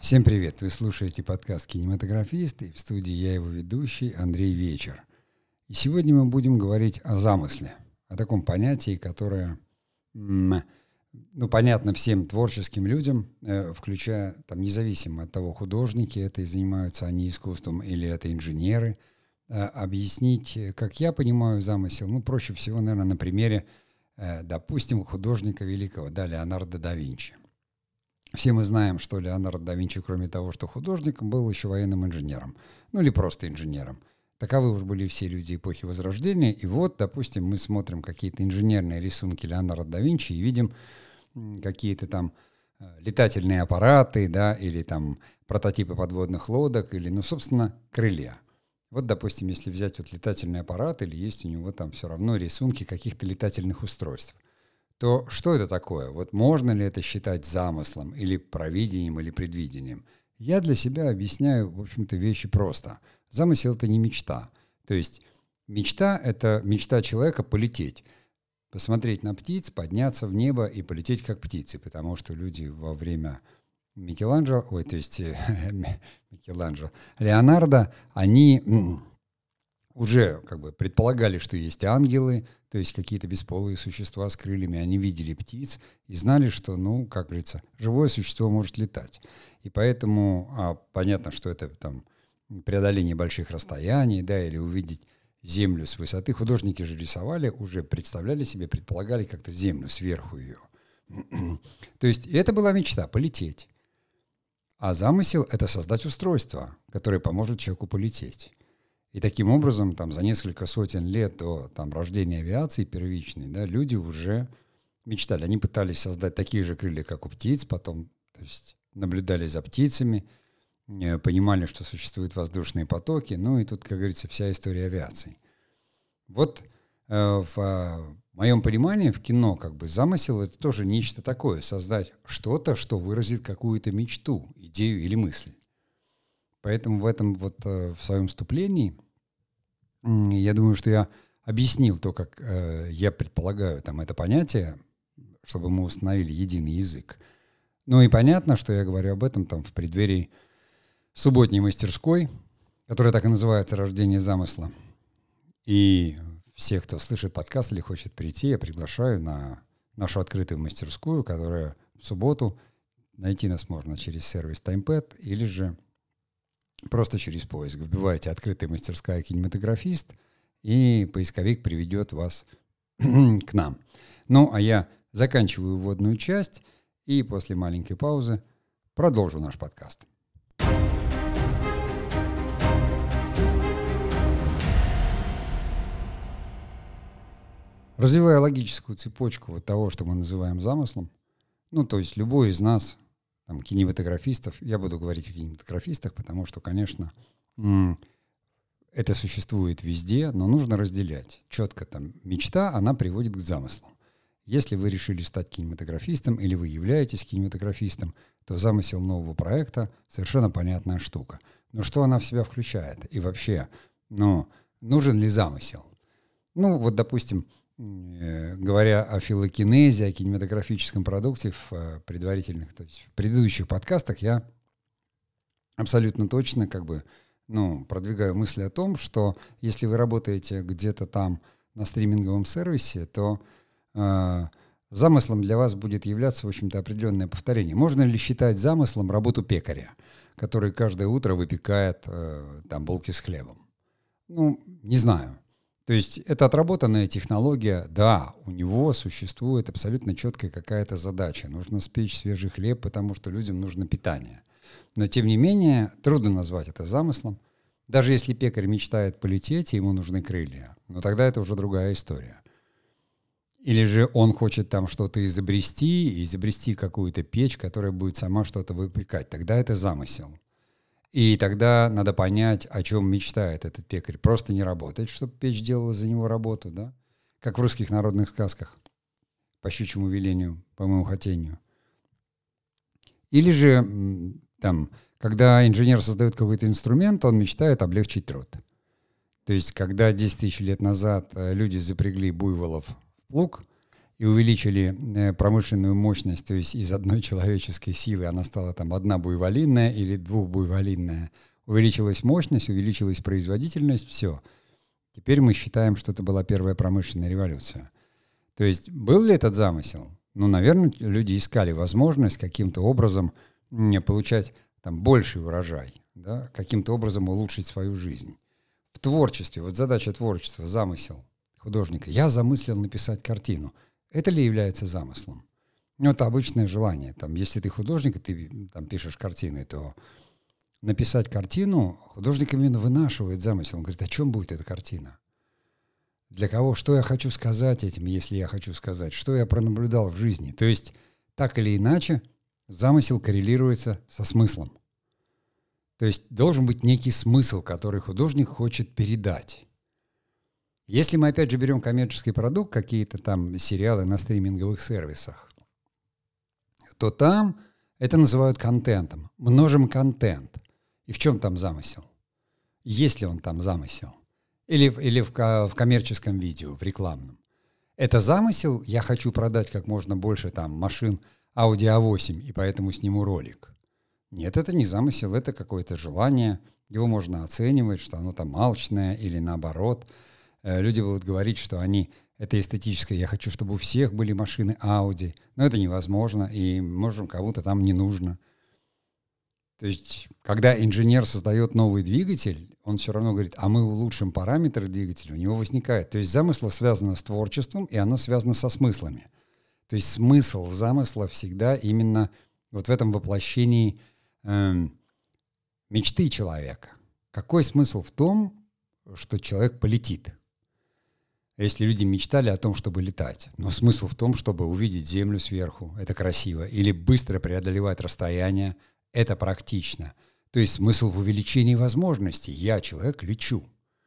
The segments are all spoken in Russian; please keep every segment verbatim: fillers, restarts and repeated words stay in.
Всем привет! Вы слушаете подкаст «Кинематографист», и в студии я его ведущий Андрей Вечер. И сегодня мы будем говорить о замысле, о таком понятии, которое, ну, понятно всем творческим людям, включая, там, независимо от того, художники это и занимаются они искусством или это инженеры. Объяснить, как я понимаю замысел, ну, проще всего, наверное, на примере, допустим, художника великого, да, Леонардо да Винчи. Все мы знаем, что Леонардо да Винчи, кроме того, что художником, был еще военным инженером. Ну или просто инженером. Таковы уж были все люди эпохи Возрождения. И вот, допустим, мы смотрим какие-то инженерные рисунки Леонардо да Винчи и видим какие-то там летательные аппараты, да, или там прототипы подводных лодок, или, ну, собственно, крылья. Вот, допустим, если взять вот летательный аппарат, или есть у него там все равно рисунки каких-то летательных устройств, то что это такое? Вот можно ли это считать замыслом или провидением, или предвидением? Я для себя объясняю, в общем-то, вещи просто. Замысел — это не мечта. То есть мечта — это мечта человека полететь, посмотреть на птиц, подняться в небо и полететь как птицы, потому что люди во время Микеланджело, ой, то есть Микеланджело, Леонардо, они уже как бы предполагали, что есть ангелы, то есть какие-то бесполые существа с крыльями. Они видели птиц и знали, что, ну, как говорится, живое существо может летать. И поэтому а, понятно, что это там преодоление больших расстояний, да, или увидеть землю с высоты. Художники же рисовали, уже представляли себе, предполагали как-то землю сверху ее. То есть это была мечта — полететь. А замысел — это создать устройство, которое поможет человеку полететь. И таким образом, там, за несколько сотен лет до там, рождения авиации первичной, да, люди уже мечтали. Они пытались создать такие же крылья, как у птиц, потом, то есть, наблюдали за птицами, понимали, что существуют воздушные потоки. Ну и тут, как говорится, вся история авиации. Вот э, в э, моем понимании в кино как бы замысел — это тоже нечто такое. Создать что-то, что выразит какую-то мечту, идею или мысль. Поэтому в этом вот э, в своем вступлении э, я думаю, что я объяснил то, как э, я предполагаю там это понятие, чтобы мы установили единый язык. Ну и понятно, что я говорю об этом там в преддверии субботней мастерской, которая так и называется «Рождение замысла». И всех, кто слышит подкаст или хочет прийти, я приглашаю на нашу открытую мастерскую, которая в субботу. Найти нас можно через сервис TimePad или же просто через поиск. Вбивайте «Открытая мастерская кинематографист», и поисковик приведет вас к нам. Ну, а я заканчиваю вводную часть и после маленькой паузы продолжу наш подкаст. Развивая логическую цепочку вот того, что мы называем замыслом, ну, то есть любой из нас, там, кинематографистов, я буду говорить о кинематографистах, потому что, конечно, это существует везде, но нужно разделять. Четко там мечта, она приводит к замыслу. Если вы решили стать кинематографистом или вы являетесь кинематографистом, то замысел нового проекта — совершенно понятная штука. Но что она в себя включает? И вообще, ну, нужен ли замысел? Ну, вот, допустим, говоря о филокинезе, о кинематографическом продукте в предварительных, то есть в предыдущих подкастах, я абсолютно точно как бы, ну, продвигаю мысли о том, что если вы работаете где-то там на стриминговом сервисе, то э, замыслом для вас будет являться, в общем-то, определенное повторение. Можно ли считать замыслом работу пекаря, который каждое утро выпекает э, там булки с хлебом? Ну, не знаю. То есть это отработанная технология, да, у него существует абсолютно четкая какая-то задача. Нужно спечь свежий хлеб, потому что людям нужно питание. Но тем не менее, трудно назвать это замыслом. Даже если пекарь мечтает полететь, и ему нужны крылья, но тогда это уже другая история. Или же он хочет там что-то изобрести, изобрести какую-то печь, которая будет сама что-то выпекать. Тогда это замысел. И тогда надо понять, о чем мечтает этот пекарь. Просто не работать, чтобы печь делала за него работу, да? Как в русских народных сказках. По щучьему велению, по моему хотению. Или же, там, когда инженер создает какой-то инструмент, он мечтает облегчить труд. То есть, когда десять тысяч лет назад люди запрягли буйволов в плуг и увеличили промышленную мощность, то есть из одной человеческой силы она стала там одна буйволинная или двухбуйволинная, увеличилась мощность, увеличилась производительность, все. Теперь мы считаем, что это была первая промышленная революция. То есть был ли этот замысел? Ну, наверное, люди искали возможность каким-то образом получать там больший урожай, да, каким-то образом улучшить свою жизнь. В творчестве, вот задача творчества, замысел художника. Я замыслил написать картину. Это ли является замыслом? Ну, это обычное желание. Там, если ты художник, и ты там, пишешь картины, то написать картину художник именно вынашивает замысел. Он говорит, о чем будет эта картина? Для кого? Что я хочу сказать этим, если я хочу сказать? Что я пронаблюдал в жизни? То есть, так или иначе, замысел коррелируется со смыслом. То есть, должен быть некий смысл, который художник хочет передать. Если мы, опять же, берем коммерческий продукт, какие-то там сериалы на стриминговых сервисах, то там это называют контентом. Множим контент. И в чем там замысел? Есть ли он там замысел? Или, или в, в коммерческом видео, в рекламном. Это замысел, я хочу продать как можно больше там машин Audi а восемь, и поэтому сниму ролик. Нет, это не замысел, это какое-то желание. Его можно оценивать, что оно там алчное или наоборот. Люди будут говорить, что они, это эстетическое, я хочу, чтобы у всех были машины Audi, но это невозможно, и, может, кому-то там не нужно. То есть, когда инженер создает новый двигатель, он все равно говорит, а мы улучшим параметры двигателя, у него возникает. То есть замысл связан с творчеством, и оно связано со смыслами. То есть смысл замысла всегда именно вот в этом воплощении э, мечты человека. Какой смысл в том, что человек полетит? Если люди мечтали о том, чтобы летать, но смысл в том, чтобы увидеть Землю сверху, это красиво, или быстро преодолевать расстояние, это практично. То есть смысл в увеличении возможностей. Я, человек, лечу.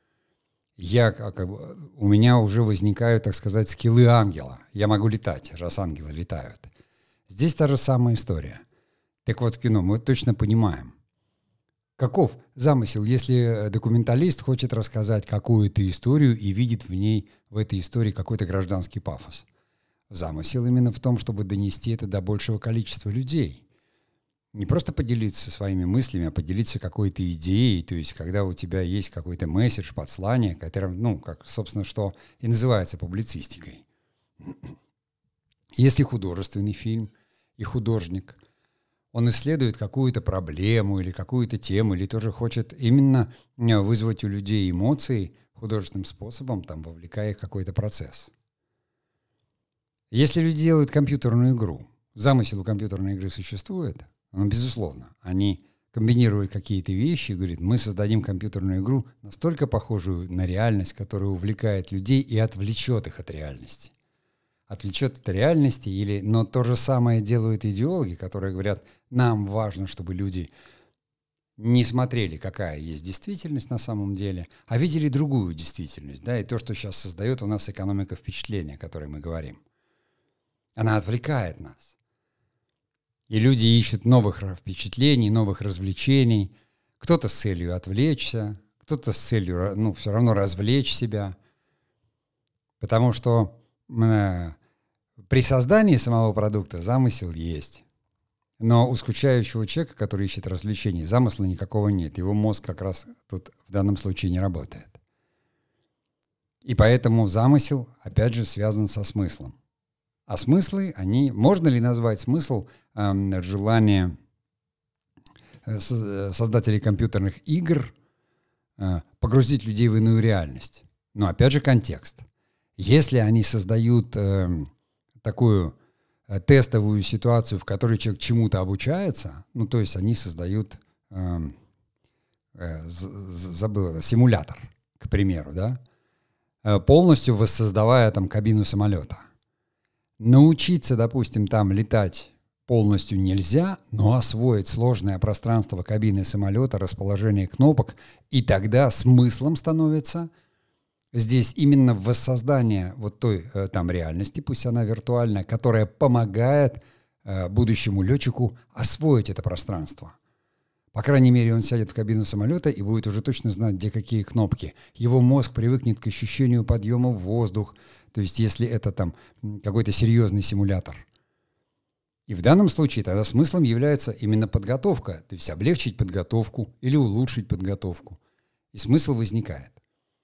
Я, как, у меня уже возникают, так сказать, скиллы ангела. Я могу летать, раз ангелы летают. Здесь та же самая история. Так вот, в кино мы точно понимаем, каков замысел, если документалист хочет рассказать какую-то историю и видит в ней, в этой истории какой-то гражданский пафос. Замысел именно в том, чтобы донести это до большего количества людей. Не просто поделиться своими мыслями, а поделиться какой-то идеей, то есть когда у тебя есть какой-то месседж, послание, которым, ну, как, собственно, что и называется публицистикой. Если художественный фильм и художник, он исследует какую-то проблему или какую-то тему, или тоже хочет именно вызвать у людей эмоции художественным способом, там, вовлекая их в какой-то процесс. Если люди делают компьютерную игру, замысел у компьютерной игры существует, ну, безусловно, они комбинируют какие-то вещи и говорят, мы создадим компьютерную игру настолько похожую на реальность, которая увлекает людей и отвлечет их от реальности. Отвлечет от реальности, или, но то же самое делают идеологи, которые говорят, нам важно, чтобы люди не смотрели, какая есть действительность на самом деле, а видели другую действительность. Да, и то, что сейчас создает у нас экономика впечатления, о которой мы говорим. Она отвлекает нас. И люди ищут новых впечатлений, новых развлечений. Кто-то с целью отвлечься, кто-то с целью, ну, все равно развлечь себя. Потому что э, при создании самого продукта замысел есть. Но у скучающего человека, который ищет развлечений, замысла никакого нет. Его мозг как раз тут в данном случае не работает. И поэтому замысел, опять же, связан со смыслом. А смыслы, они... Можно ли назвать смысл э, желания э, создателей компьютерных игр э, погрузить людей в иную реальность? Но опять же контекст. Если они создают э, такую э, тестовую ситуацию, в которой человек чему-то обучается, ну то есть они создают, э, э, забыл, симулятор, к примеру, да, э, полностью воссоздавая там кабину самолета. Научиться, допустим, там летать полностью нельзя, но освоить сложное пространство кабины самолета, расположение кнопок, и тогда смыслом становится здесь именно воссоздание вот той э, там реальности, пусть она виртуальная, которая помогает э, будущему летчику освоить это пространство. По крайней мере, он сядет в кабину самолета и будет уже точно знать, где какие кнопки. Его мозг привыкнет к ощущению подъема в воздух, то есть если это там какой-то серьезный симулятор. И в данном случае тогда смыслом является именно подготовка, то есть облегчить подготовку или улучшить подготовку. И смысл возникает.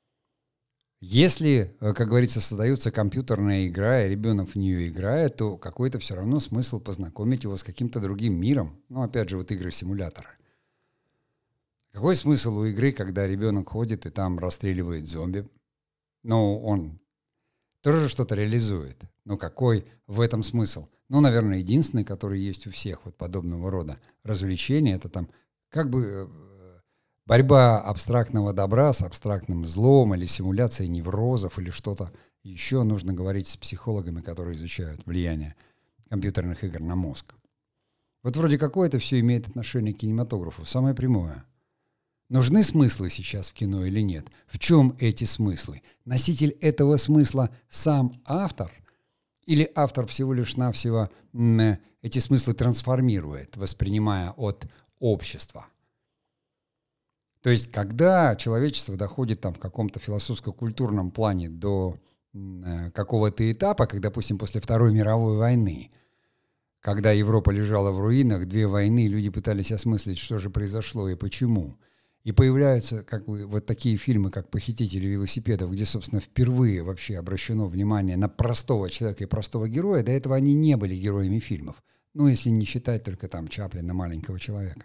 Если, как говорится, создается компьютерная игра, и ребенок в нее играет, то какой-то все равно смысл познакомить его с каким-то другим миром. Ну, опять же, вот игры-симуляторы. Какой смысл у игры, когда ребенок ходит и там расстреливает зомби? Ну, он тоже что-то реализует. Но какой в этом смысл? Ну, наверное, единственный, который есть у всех вот подобного рода развлечения, это там как бы борьба абстрактного добра с абстрактным злом или симуляция неврозов или что-то еще. Нужно говорить с психологами, которые изучают влияние компьютерных игр на мозг. Вот вроде какое это все имеет отношение к кинематографу, самое прямое. Нужны смыслы сейчас в кино или нет? В чем эти смыслы? Носитель этого смысла сам автор? Или автор всего лишь навсего м, эти смыслы трансформирует, воспринимая от общества? То есть, когда человечество доходит там в каком-то философско-культурном плане до м, какого-то этапа, как, допустим, после Второй мировой войны, когда Европа лежала в руинах, две войны, люди пытались осмыслить, что же произошло и почему. И появляются как бы, вот такие фильмы, как «Похитители велосипедов», где, собственно, впервые вообще обращено внимание на простого человека и простого героя. До этого они не были героями фильмов. Ну, если не считать только там Чаплина, маленького человека.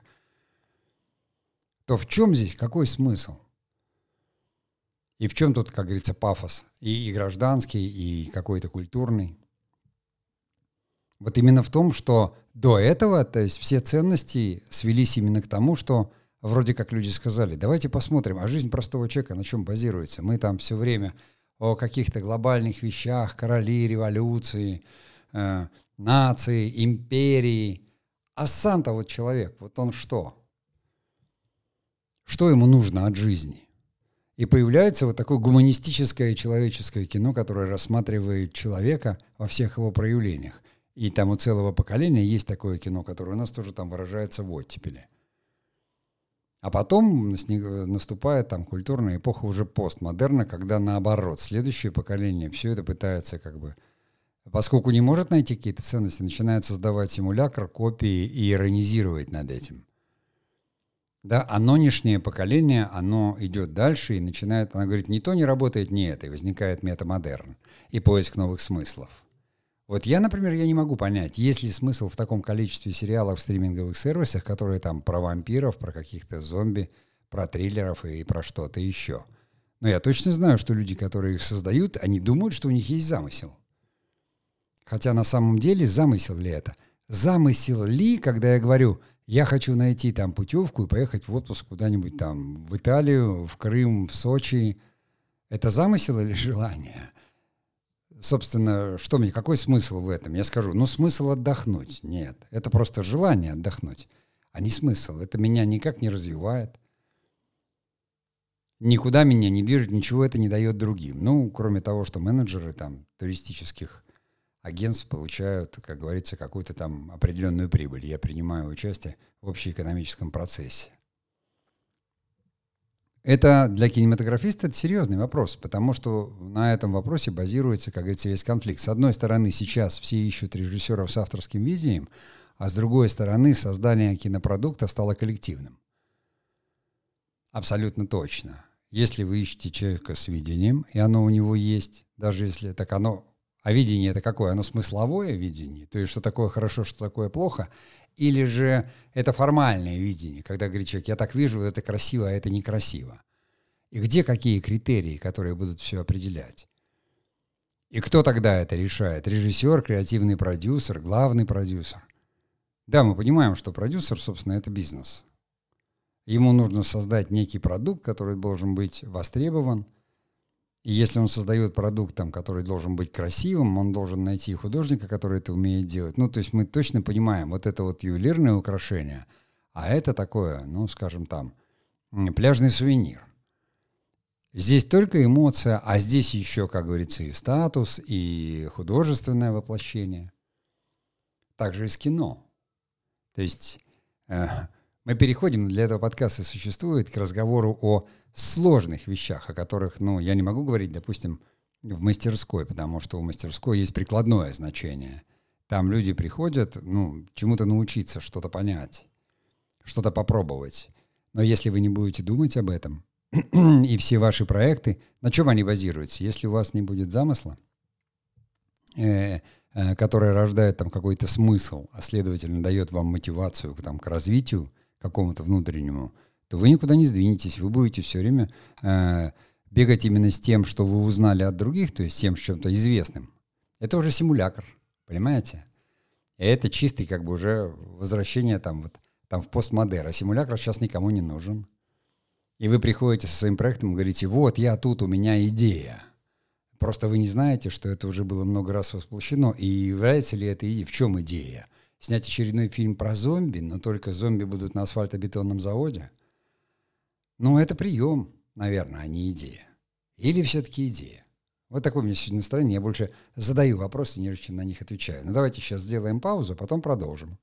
То в чем здесь, какой смысл? И в чем тут, как говорится, пафос? И, и гражданский, и какой-то культурный. Вот именно в том, что до этого, то есть все ценности свелись именно к тому, что вроде как люди сказали, давайте посмотрим, а жизнь простого человека на чем базируется? Мы там все время о каких-то глобальных вещах, короли, революции, э, нации, империи. А сам-то вот человек, вот он что? Что ему нужно от жизни? И появляется вот такое гуманистическое человеческое кино, которое рассматривает человека во всех его проявлениях. И там у целого поколения есть такое кино, которое у нас тоже там выражается в оттепели. А потом наступает там культурная эпоха уже постмодерна, когда наоборот, следующее поколение все это пытается как бы, поскольку не может найти какие-то ценности, начинает создавать симулятор, копии и иронизировать над этим. Да, а нынешнее поколение, оно идет дальше и начинает, оно говорит, ни то не работает, ни это, и возникает метамодерн и поиск новых смыслов. Вот я, например, я не могу понять, есть ли смысл в таком количестве сериалов в стриминговых сервисах, которые там про вампиров, про каких-то зомби, про триллеров и про что-то еще. Но я точно знаю, что люди, которые их создают, они думают, что у них есть замысел. Хотя на самом деле замысел ли это? Замысел ли, когда я говорю, я хочу найти там путевку и поехать в отпуск куда-нибудь там в Италию, в Крым, в Сочи, это замысел или желание? Собственно, что мне, какой смысл в этом? Я скажу, ну смысл отдохнуть. Нет, это просто желание отдохнуть, а не смысл. Это меня никак не развивает. Никуда меня не движет, ничего это не дает другим. Ну, кроме того, что менеджеры там туристических агентств получают, как говорится, какую-то там определенную прибыль. Я принимаю участие в общеэкономическом процессе. Это для кинематографиста это серьезный вопрос, потому что на этом вопросе базируется, как говорится, весь конфликт. С одной стороны, сейчас все ищут режиссеров с авторским видением, а с другой стороны, создание кинопродукта стало коллективным. Абсолютно точно. Если вы ищете человека с видением, и оно у него есть, даже если так оно... А видение это какое? Оно смысловое видение, то есть что такое хорошо, что такое плохо, или же это формальное видение, когда говорит человек, я так вижу, это красиво, а это некрасиво. И где какие критерии, которые будут все определять? И кто тогда это решает? Режиссер, креативный продюсер, главный продюсер? Да, мы понимаем, что продюсер, собственно, это бизнес. Ему нужно создать некий продукт, который должен быть востребован. И если он создает продукт, там, который должен быть красивым, он должен найти художника, который это умеет делать. Ну, то есть мы точно понимаем, вот это вот ювелирное украшение, а это такое, ну, скажем там, пляжный сувенир. Здесь только эмоция, а здесь еще, как говорится, и статус, и художественное воплощение. Также и с кино. То есть э, Мы переходим, для этого подкаста существует, к разговору о сложных вещах, о которых, ну, я не могу говорить, допустим, в мастерской, потому что у мастерской есть прикладное значение. Там люди приходят, ну, чему-то научиться, что-то понять, что-то попробовать. Но если вы не будете думать об этом, и все ваши проекты, на чем они базируются? Если у вас не будет замысла, э, э, который рождает там какой-то смысл, а следовательно дает вам мотивацию там, к развитию какому-то внутреннему, то вы никуда не сдвинетесь, вы будете все время э, бегать именно с тем, что вы узнали от других, то есть тем, с чем-то известным. Это уже симулятор, понимаете? И это чистый как бы уже возвращение там, вот, там в постмодерн. А симулятор сейчас никому не нужен. И вы приходите со своим проектом и говорите, вот я тут, у меня идея. Просто вы не знаете, что это уже было много раз воплощено. И является ли это идея? В чем идея? Снять очередной фильм про зомби, но только зомби будут на асфальтобетонном заводе? Ну, это прием, наверное, а не идея. Или все-таки идея? Вот такое у меня сегодня настроение. Я больше задаю вопросы, нежели чем на них отвечаю. Ну, давайте сейчас сделаем паузу, потом продолжим.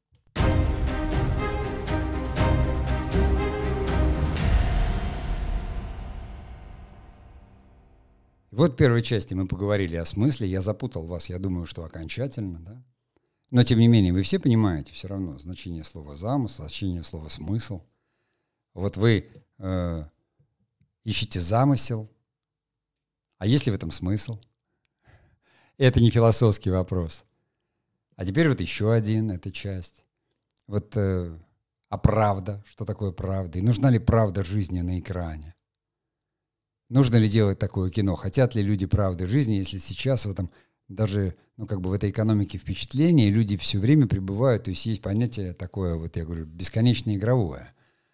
Вот в первой части мы поговорили о смысле. Я запутал вас, я думаю, что окончательно, да? Но, тем не менее, вы все понимаете все равно значение слова «замысел», значение слова «смысл». Вот вы э, ищете замысел, а есть ли в этом смысл? Это не философский вопрос. А теперь вот еще один, эта часть. Вот, э, а правда? Что такое правда? И нужна ли правда жизни на экране? Нужно ли делать такое кино? Хотят ли люди правды жизни, если сейчас в этом, даже, ну, как бы в этой экономике впечатления люди все время пребывают, то есть есть понятие такое, вот я говорю, бесконечно игровое.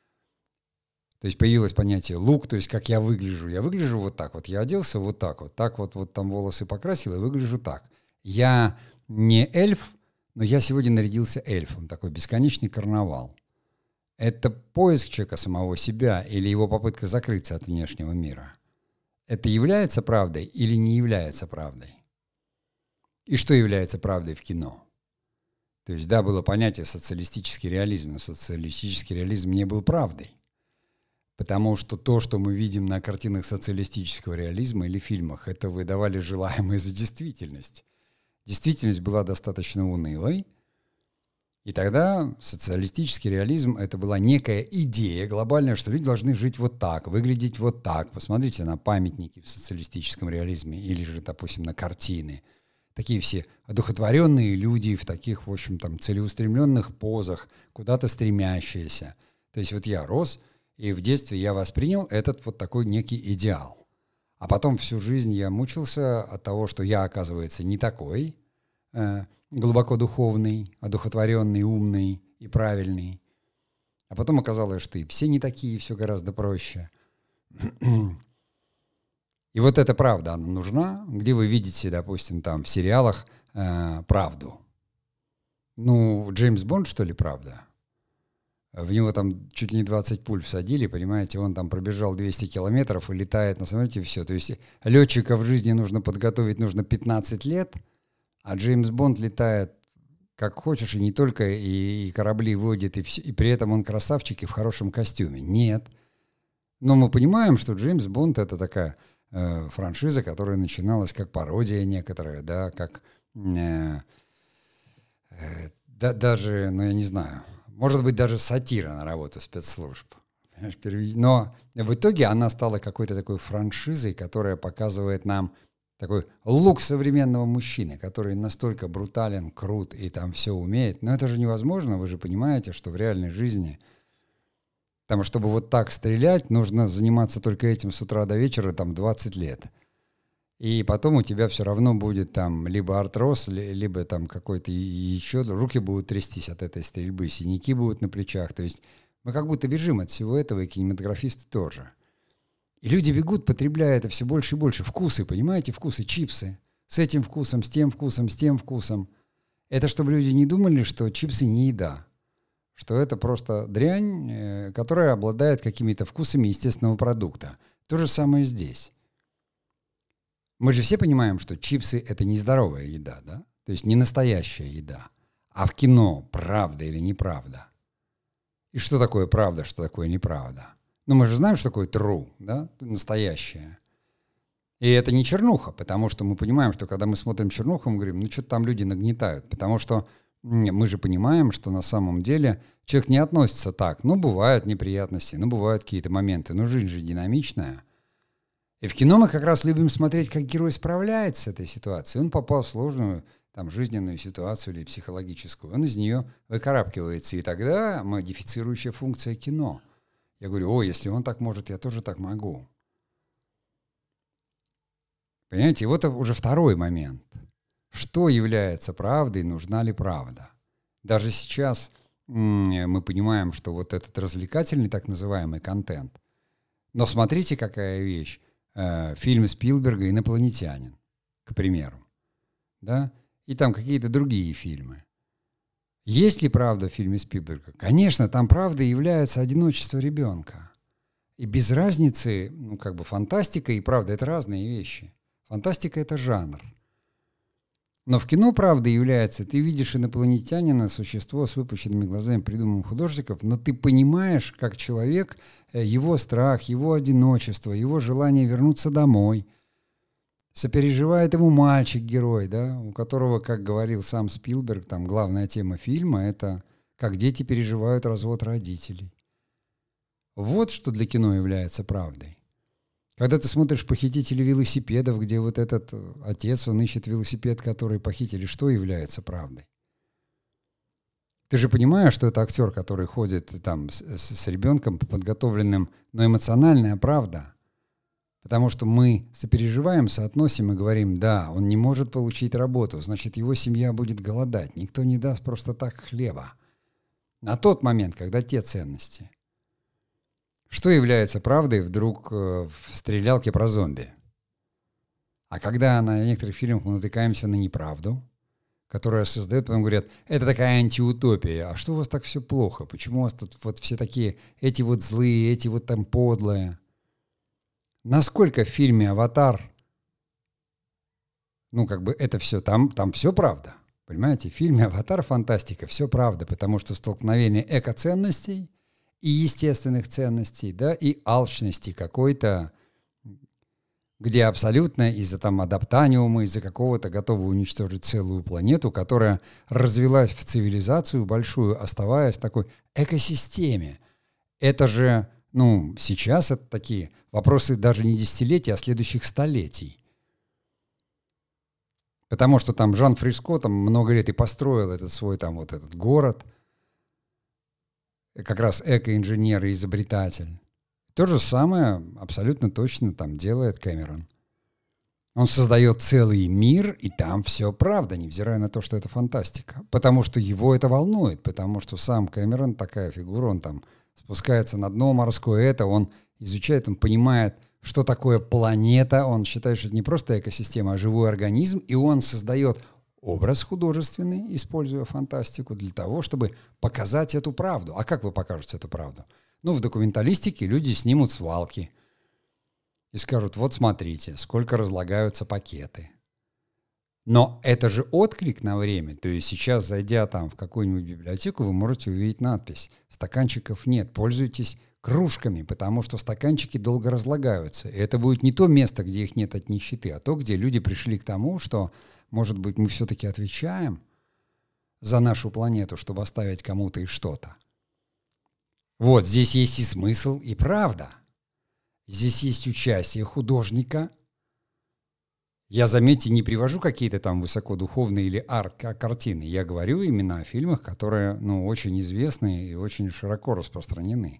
То есть появилось понятие лук, то есть как я выгляжу. Я выгляжу вот так вот, я оделся вот так вот, так вот, вот там волосы покрасил и выгляжу так. Я не эльф, но я сегодня нарядился эльфом, такой бесконечный карнавал. Это поиск человека самого себя или его попытка закрыться от внешнего мира? Это является правдой или не является правдой? И что является правдой в кино? То есть, да, было понятие социалистический реализм, но социалистический реализм не был правдой. Потому что то, что мы видим на картинах социалистического реализма или фильмах, это выдавали желаемое за действительность. Действительность была достаточно унылой, и тогда социалистический реализм — это была некая идея глобальная, что люди должны жить вот так, выглядеть вот так. Посмотрите на памятники в социалистическом реализме или же, допустим, на картины. Такие все одухотворенные люди в таких, в общем, там, целеустремленных позах, куда-то стремящиеся. То есть вот я рос, и в детстве я воспринял этот вот такой некий идеал. А потом всю жизнь я мучился от того, что я, оказывается, не такой, э, глубоко духовный, одухотворенный, умный и правильный. А потом оказалось, что и все не такие, все гораздо проще. И вот эта правда, она нужна, где вы видите, допустим, там в сериалах э, правду. Ну, Джеймс Бонд, что ли, правда? В него там чуть ли не двадцать пуль всадили, понимаете, он там пробежал двести километров и летает на самолете, и все. То есть летчика в жизни нужно подготовить, нужно пятнадцать лет, а Джеймс Бонд летает как хочешь, и не только, и, и корабли водит, и, все, и при этом он красавчик и в хорошем костюме. Нет. Но мы понимаем, что Джеймс Бонд — это такая э, франшиза, которая начиналась как пародия некоторая, да, как э, э, да, даже, ну я не знаю, может быть, даже сатира на работу спецслужб. Но в итоге она стала какой-то такой франшизой, которая показывает нам такой лук современного мужчины, который настолько брутален, крут и там все умеет. Но это же невозможно, вы же понимаете, что в реальной жизни, там, чтобы вот так стрелять, нужно заниматься только этим с утра до вечера, там, двадцать лет. И потом у тебя все равно будет там либо артроз, либо там какой-то еще, руки будут трястись от этой стрельбы, синяки будут на плечах. То есть мы как будто бежим от всего этого, и кинематографисты тоже. И люди бегут, потребляя это все больше и больше. Вкусы, понимаете, вкусы, чипсы. С этим вкусом, с тем вкусом, с тем вкусом. Это чтобы люди не думали, что чипсы не еда. Что это просто дрянь, которая обладает какими-то вкусами естественного продукта. То же самое здесь. Мы же все понимаем, что чипсы — это нездоровая еда, да? То есть не настоящая еда. А в кино правда или неправда? И что такое правда, что такое неправда? Ну, мы же знаем, что такое true, да, настоящее. И это не чернуха, потому что мы понимаем, что когда мы смотрим чернуху, мы говорим, ну, что-то там люди нагнетают. Потому что мы же понимаем, что на самом деле человек не относится так. Ну, бывают неприятности, ну, бывают какие-то моменты, но жизнь же динамичная. И в кино мы как раз любим смотреть, как герой справляется с этой ситуацией. Он попал в сложную там, жизненную ситуацию или психологическую. Он из нее выкарабкивается. И тогда модифицирующая функция кино. Я говорю, о, если он так может, я тоже так могу. Понимаете, и вот уже второй момент. Что является правдой, нужна ли правда? Даже сейчас м- мы понимаем, что вот этот развлекательный так называемый контент. Но смотрите, какая вещь. Э, фильм Спилберга «Инопланетянин», к примеру. Да? И там какие-то другие фильмы. Есть ли правда в фильме Спилберга? Конечно, там правда является одиночество ребенка. И без разницы, ну, как бы фантастика и правда — это разные вещи. Фантастика — это жанр. Но в кино правда является, ты видишь инопланетянина, существо с выпущенными глазами, придуманным художников, но ты понимаешь, как человек, его страх, его одиночество, его желание вернуться домой. Сопереживает ему мальчик-герой, да, у которого, как говорил сам Спилберг, там главная тема фильма — это как дети переживают развод родителей. Вот что для кино является правдой. Когда ты смотришь «Похитители велосипедов», где вот этот отец, он ищет велосипед, который похитили, что является правдой? Ты же понимаешь, что это актер, который ходит там с, с ребенком подготовленным, но эмоциональная правда. Потому что мы сопереживаем, соотносим и говорим, да, он не может получить работу, значит, его семья будет голодать, никто не даст просто так хлеба. На тот момент, когда те ценности. Что является правдой вдруг э, в стрелялке про зомби? А когда на некоторых фильмах мы натыкаемся на неправду, которая создает, потом говорят, это такая антиутопия, а что у вас так все плохо? Почему у вас тут вот все такие, эти вот злые, эти вот там подлые? Насколько в фильме «Аватар», ну, как бы это все, там, там все правда. Понимаете, в фильме «Аватар» фантастика, все правда, потому что столкновение экоценностей и естественных ценностей, да, и алчности какой-то, где абсолютно из-за там адаптаниума, из-за какого-то готовы уничтожить целую планету, которая развилась в цивилизацию большую, оставаясь в такой экосистеме. Это же, ну, сейчас это такие вопросы даже не десятилетий, а следующих столетий. Потому что там Жан Фриско там много лет и построил этот свой там вот этот город, как раз эко-инженер и изобретатель. То же самое абсолютно точно там делает Кэмерон. Он создает целый мир, и там все правда, невзирая на то, что это фантастика. Потому что его это волнует, потому что сам Кэмерон такая фигура, он там спускается на дно морское, это он изучает, он понимает, что такое планета, он считает, что это не просто экосистема, а живой организм, и он создает образ художественный, используя фантастику, для того, чтобы показать эту правду. А как вы покажете эту правду? Ну, в документалистике люди снимут свалки и скажут, вот смотрите, сколько разлагаются пакеты. Но это же отклик на время. То есть сейчас, зайдя там в какую-нибудь библиотеку, вы можете увидеть надпись «Стаканчиков нет, пользуйтесь кружками, потому что стаканчики долго разлагаются». И это будет не то место, где их нет от нищеты, а то, где люди пришли к тому, что, может быть, мы все-таки отвечаем за нашу планету, чтобы оставить кому-то и что-то. Вот, здесь есть и смысл, и правда. Здесь есть участие художника. Я, заметьте, не привожу какие-то там высокодуховные или арт-картины. Я говорю именно о фильмах, которые, ну, очень известны и очень широко распространены.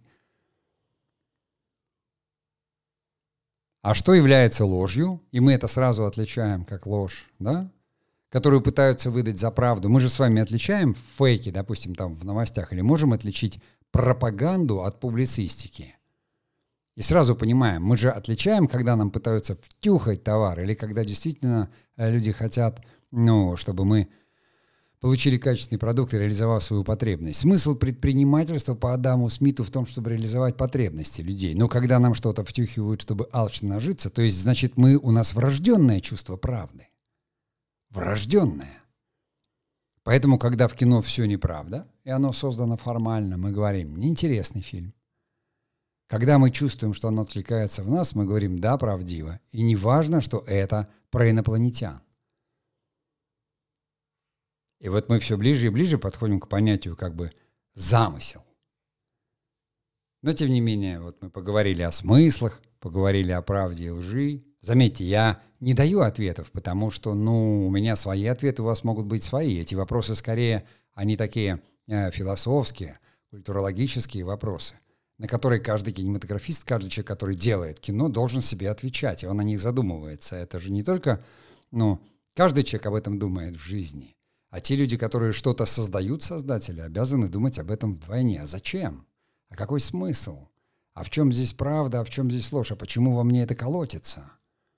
А что является ложью? И мы это сразу отличаем как ложь, да? Которую пытаются выдать за правду. Мы же с вами отличаем фейки, допустим, там в новостях, или можем отличить пропаганду от публицистики. И сразу понимаем, мы же отличаем, когда нам пытаются втюхать товар, или когда действительно люди хотят, ну, чтобы мы получили качественный продукт и реализовав свою потребность. Смысл предпринимательства по Адаму Смиту в том, чтобы реализовать потребности людей. Но когда нам что-то втюхивают, чтобы алчно нажиться, то есть, значит, мы, у нас врожденное чувство правды. Врожденное. Поэтому, когда в кино все неправда, и оно создано формально, мы говорим «неинтересный фильм». Когда мы чувствуем, что оно откликается в нас, мы говорим «да, правдиво». И не важно, что это про инопланетян. И вот мы все ближе и ближе подходим к понятию как бы замысел. Но тем не менее, вот мы поговорили о смыслах, поговорили о правде и лжи. Заметьте, я не даю ответов, потому что, ну, у меня свои ответы, у вас могут быть свои. Эти вопросы скорее, они такие э, философские, культурологические вопросы, на которые каждый кинематографист, каждый человек, который делает кино, должен себе отвечать, и он о них задумывается. Это же не только, ну, каждый человек об этом думает в жизни, а те люди, которые что-то создают, создатели, обязаны думать об этом вдвойне. А зачем? А какой смысл? А в чем здесь правда, а в чем здесь ложь? А почему во мне это колотится?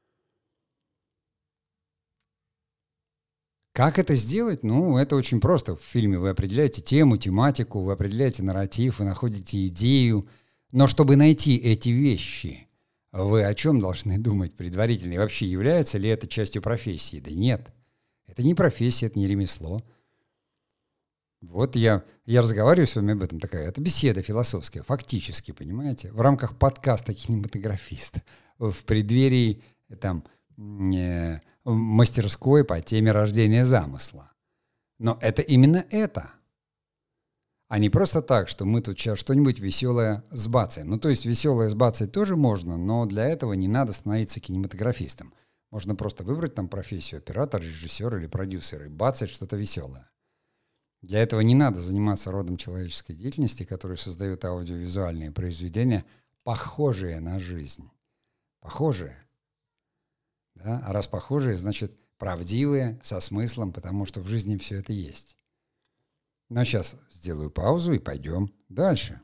Как это сделать? Ну, это очень просто. В фильме вы определяете тему, тематику, вы определяете нарратив, вы находите идею. Но чтобы найти эти вещи, вы о чем должны думать предварительно? И вообще, является ли это частью профессии? Да нет. Это не профессия, это не ремесло. Вот я, я разговариваю с вами об этом, такая, это беседа философская, фактически, понимаете? В рамках подкаста «Кинематографист», в преддверии там, э, мастерской по теме рождения замысла. Но это именно это. А не просто так, что мы тут сейчас что-нибудь веселое сбацаем. Ну, то есть веселое сбацать тоже можно, но для этого не надо становиться кинематографистом. Можно просто выбрать там профессию оператор, режиссер или продюсер и бацать что-то веселое. Для этого не надо заниматься родом человеческой деятельности, который создает аудиовизуальные произведения, похожие на жизнь. Похожие. Да? А раз похожие, значит правдивые, со смыслом, потому что в жизни все это есть. Но сейчас сделаю паузу и пойдем дальше.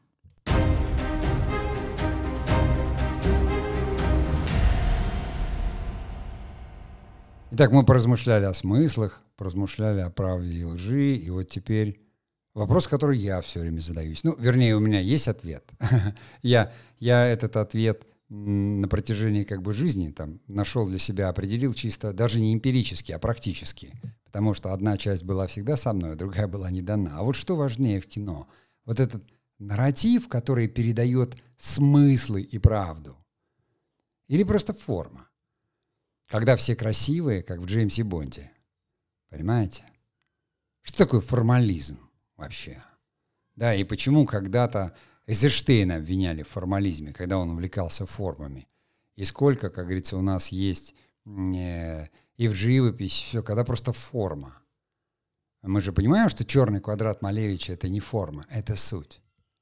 Итак, мы поразмышляли о смыслах, поразмышляли о правде и лжи, и вот теперь вопрос, который я все время задаюсь. Ну, вернее, у меня есть ответ. я, я этот ответ на протяжении как бы жизни там нашел для себя, определил чисто даже не эмпирически, а практически. Потому что одна часть была всегда со мной, а другая была не дана. А вот что важнее в кино? Вот этот нарратив, который передает смыслы и правду? Или просто форма? Когда все красивые, как в Джеймсе Бонде. Понимаете? Что такое формализм вообще? Да, и почему когда-то Эйзенштейна обвиняли в формализме, когда он увлекался формами? И сколько, как говорится, у нас есть э, и в живописи, все, когда просто форма. Мы же понимаем, что черный квадрат Малевича — это не форма, это суть.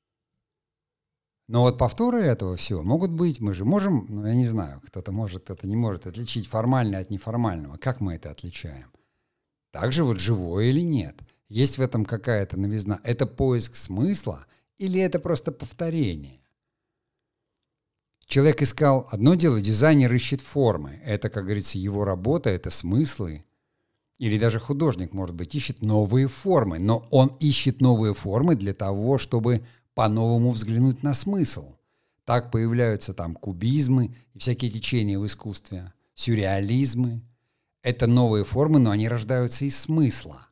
Но вот повторы этого всего могут быть. Мы же можем, ну я не знаю, кто-то может, кто-то не может отличить формальное от неформального. Как мы это отличаем? Также вот живое или нет? Есть в этом какая-то новизна? Это поиск смысла или это просто повторение? Человек искал одно дело, дизайнер ищет формы. Это, как говорится, его работа, это смыслы. Или даже художник, может быть, ищет новые формы. Но он ищет новые формы для того, чтобы по-новому взглянуть на смысл. Так появляются там кубизмы и всякие течения в искусстве, сюрреализмы. Это новые формы, но они рождаются из смысла.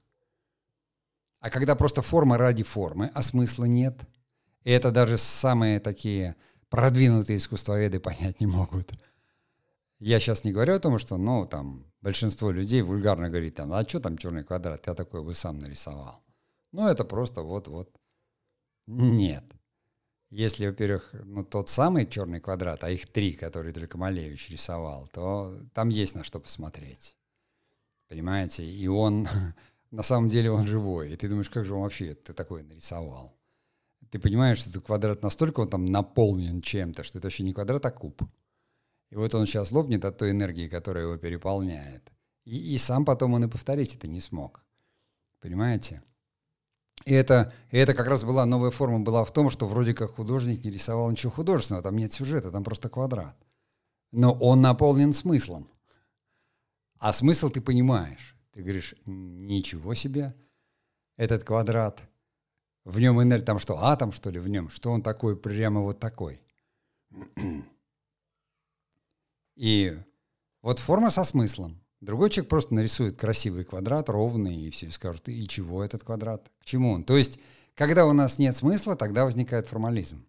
А когда просто форма ради формы, а смысла нет, и это даже самые такие продвинутые искусствоведы понять не могут. Я сейчас не говорю о том, что, ну, там, большинство людей вульгарно говорит, там, а что там черный квадрат, я такой бы сам нарисовал. Ну, это просто вот-вот. Нет. Если, во-первых, ну, тот самый черный квадрат, а их три, которые только Малевич рисовал, то там есть на что посмотреть. Понимаете? И он, на самом деле, он живой. И ты думаешь, как же он вообще ты такое нарисовал? Ты понимаешь, что этот квадрат настолько он там наполнен чем-то, что это вообще не квадрат, а куб. И вот он сейчас лопнет от той энергии, которая его переполняет. И, и сам потом он и повторить это не смог. Понимаете? И это, и это как раз была новая форма была в том, что вроде как художник не рисовал ничего художественного, там нет сюжета, там просто квадрат. Но он наполнен смыслом. А смысл ты понимаешь. Ты говоришь, ничего себе, этот квадрат, в нем энергия, там что, атом что ли в нем? Что он такой, прямо вот такой? И вот форма со смыслом. Другой человек просто нарисует красивый квадрат, ровный, и все скажут, и чего этот квадрат? К чему он? То есть, когда у нас нет смысла, тогда возникает формализм.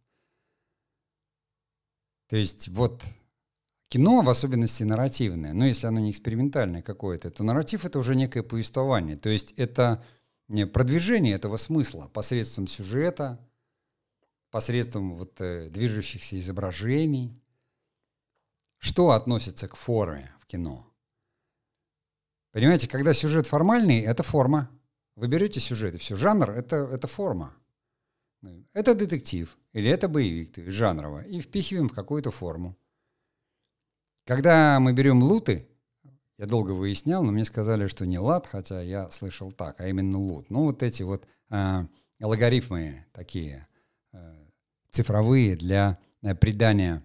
То есть, вот кино, в особенности нарративное, но если оно не экспериментальное какое-то, то нарратив — это уже некое повествование. То есть, это продвижение этого смысла посредством сюжета, посредством вот, э, движущихся изображений. Что относится к форме в кино? Понимаете, когда сюжет формальный, это форма. Вы берете сюжет, и все. Жанр — это, это форма. Это детектив, или это боевик, то есть жанрово, и впихиваем в какую-то форму. Когда мы берем луты, я долго выяснял, но мне сказали, что не лат, хотя я слышал так, а именно лут. Ну, вот эти вот э, логарифмы такие, э, цифровые для э, придания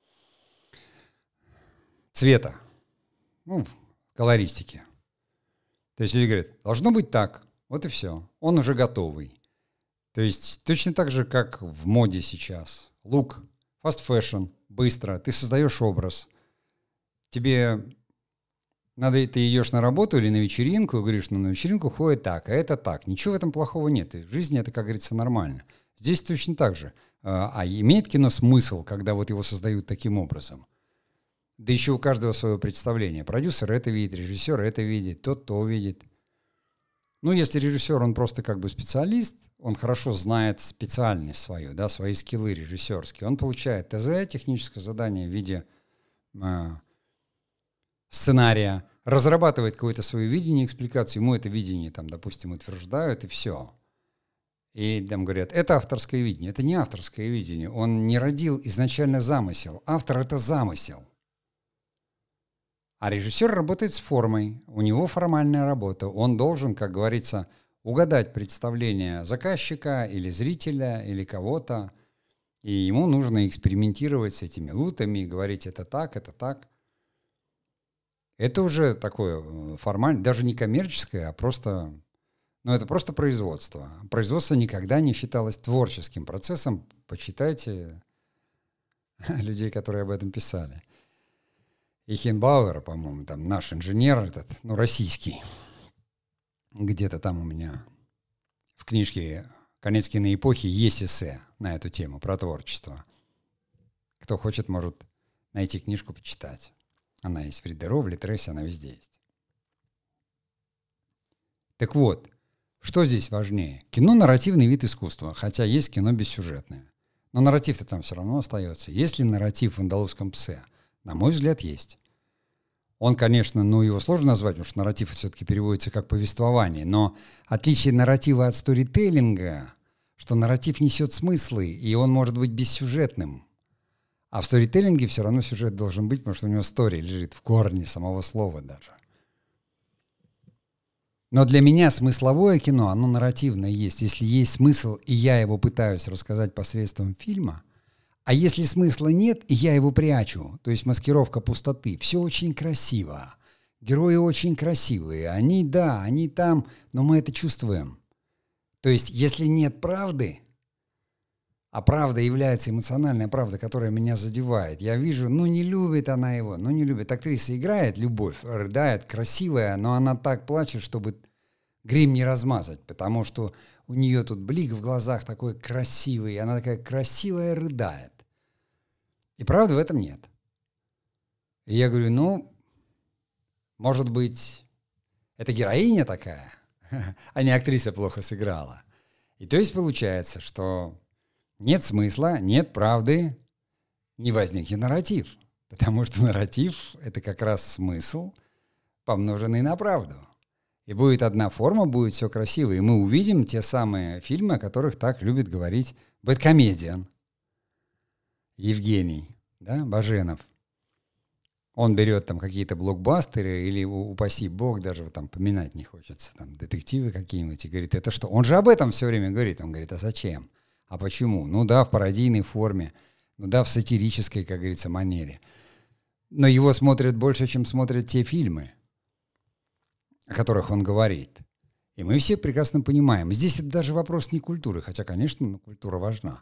цвета, ну, колористики. То есть люди говорят, должно быть так, вот и все. Он уже готовый. То есть точно так же, как в моде сейчас. Лук, fast fashion, быстро. Ты создаешь образ. Тебе надо, ты идешь на работу или на вечеринку и говоришь, ну на вечеринку ходит так, а это так. Ничего в этом плохого нет. И в жизни это, как говорится, нормально. Здесь точно так же. А имеет кино смысл, когда вот его создают таким образом? Да еще у каждого свое представление. Продюсер это видит, режиссер это видит, тот то видит. Ну, если режиссер, он просто как бы специалист, он хорошо знает специальность свою, да, свои скиллы режиссерские. Он получает ТЗ, техническое задание в виде э, сценария, разрабатывает какое-то свое видение, экспликацию, ему это видение, там, допустим, утверждают, и все. И там говорят, это авторское видение. Это не авторское видение. Он не родил изначально замысел. Автор — это замысел. А режиссер работает с формой, у него формальная работа. Он должен, как говорится, угадать представление заказчика или зрителя, или кого-то. И ему нужно экспериментировать с этими лутами, говорить это так, это так. Это уже такое формальное, даже не коммерческое, а просто, ну это просто производство. Производство никогда не считалось творческим процессом. Почитайте людей, которые об этом писали. И Хинбауэр, по-моему, там наш инженер этот, ну, российский, где-то там у меня в книжке «Конец киноэпохи» есть эссе на эту тему, про творчество. Кто хочет, может найти книжку, почитать. Она есть в Ридеро, в Литресе, она везде есть. Так вот, что здесь важнее? Кино — нарративный вид искусства, хотя есть кино бессюжетное. Но нарратив-то там все равно остается. Есть ли нарратив в «Андалузском псе»? На мой взгляд, есть. Он, конечно, ну его сложно назвать, потому что нарратив все-таки переводится как повествование, но отличие нарратива от сторителлинга, что нарратив несет смыслы, и он может быть бессюжетным. А в сторителлинге все равно сюжет должен быть, потому что у него story лежит в корне самого слова даже. Но для меня смысловое кино, оно нарративное есть. Если есть смысл, и я его пытаюсь рассказать посредством фильма, а если смысла нет, и я его прячу, то есть маскировка пустоты, все очень красиво. Герои очень красивые. Они, да, они там, но мы это чувствуем. То есть, если нет правды, а правда является эмоциональная правда, которая меня задевает, я вижу, ну не любит она его, ну не любит. Актриса играет любовь, рыдает, красивая, но она так плачет, чтобы грим не размазать, потому что у нее тут блик в глазах такой красивый, она такая красивая рыдает. И правда в этом нет. И я говорю, ну, может быть, это героиня такая, а не актриса плохо сыграла. И то есть получается, что нет смысла, нет правды, не возникнет нарратив. Потому что нарратив — это как раз смысл, помноженный на правду. И будет одна форма, будет все красиво. И мы увидим те самые фильмы, о которых так любит говорить бэдкомедиан Евгений, да, Баженов. Он берет там какие-то блокбастеры или, упаси бог, даже вот там поминать не хочется, там детективы какие-нибудь, и говорит, это что? Он же об этом все время говорит. Он говорит, а зачем? А почему? Ну да, в пародийной форме, ну да, в сатирической, как говорится, манере. Но его смотрят больше, чем смотрят те фильмы, о которых он говорит. И мы все прекрасно понимаем. Здесь это даже вопрос не культуры, хотя, конечно, культура важна.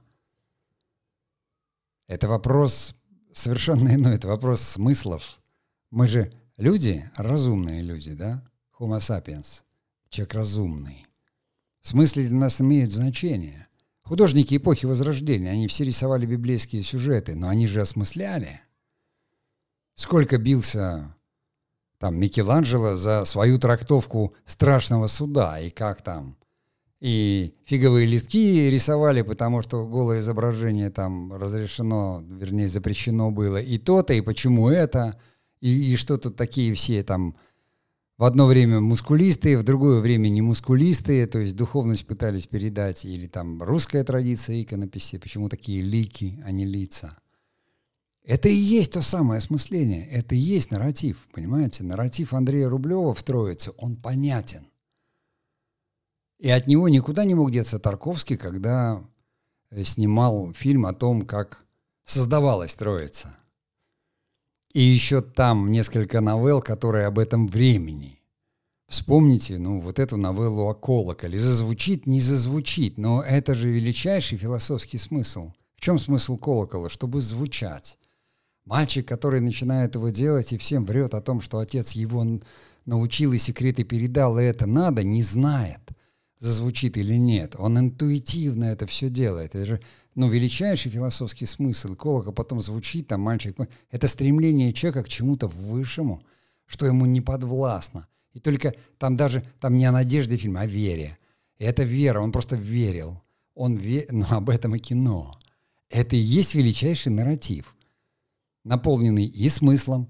Это вопрос совершенно иной, это вопрос смыслов. Мы же Люди, разумные люди, да, Homo sapiens, человек разумный, смыслы для нас имеют значение. Художники эпохи Возрождения, они все рисовали библейские сюжеты, но они же осмысляли. Сколько бился там Микеланджело за свою трактовку страшного суда, и как там. И фиговые листки рисовали, потому что голое изображение там разрешено, вернее, запрещено было. И то-то, и почему это, и, и что тут такие все там в одно время мускулистые, в другое время не мускулистые, то есть духовность пытались передать, или там русская традиция иконописи, почему такие лики, а не лица. Это и есть то самое осмысление, это и есть нарратив, понимаете? Нарратив Андрея Рублева в «Троице», он понятен. И от него никуда не мог деться Тарковский, когда снимал фильм о том, как создавалась «Троица». И еще там несколько новелл, которые об этом времени. Вспомните, ну, вот эту новеллу о колоколе. Зазвучит, не зазвучит, но это же величайший философский смысл. В чем смысл колокола? Чтобы звучать. Мальчик, который начинает его делать и всем врет о том, что отец его научил и секреты передал, и это надо, не знает, зазвучит или нет. Он интуитивно это все делает. Это же, ну, величайший философский смысл. Колокол потом звучит, там мальчик... Это стремление человека к чему-то высшему, что ему не подвластно. И только там даже, там не о надежде фильм, а о вере. И это вера, он просто верил. Он ве... Ну, об этом и кино. Это и есть величайший нарратив, наполненный и смыслом,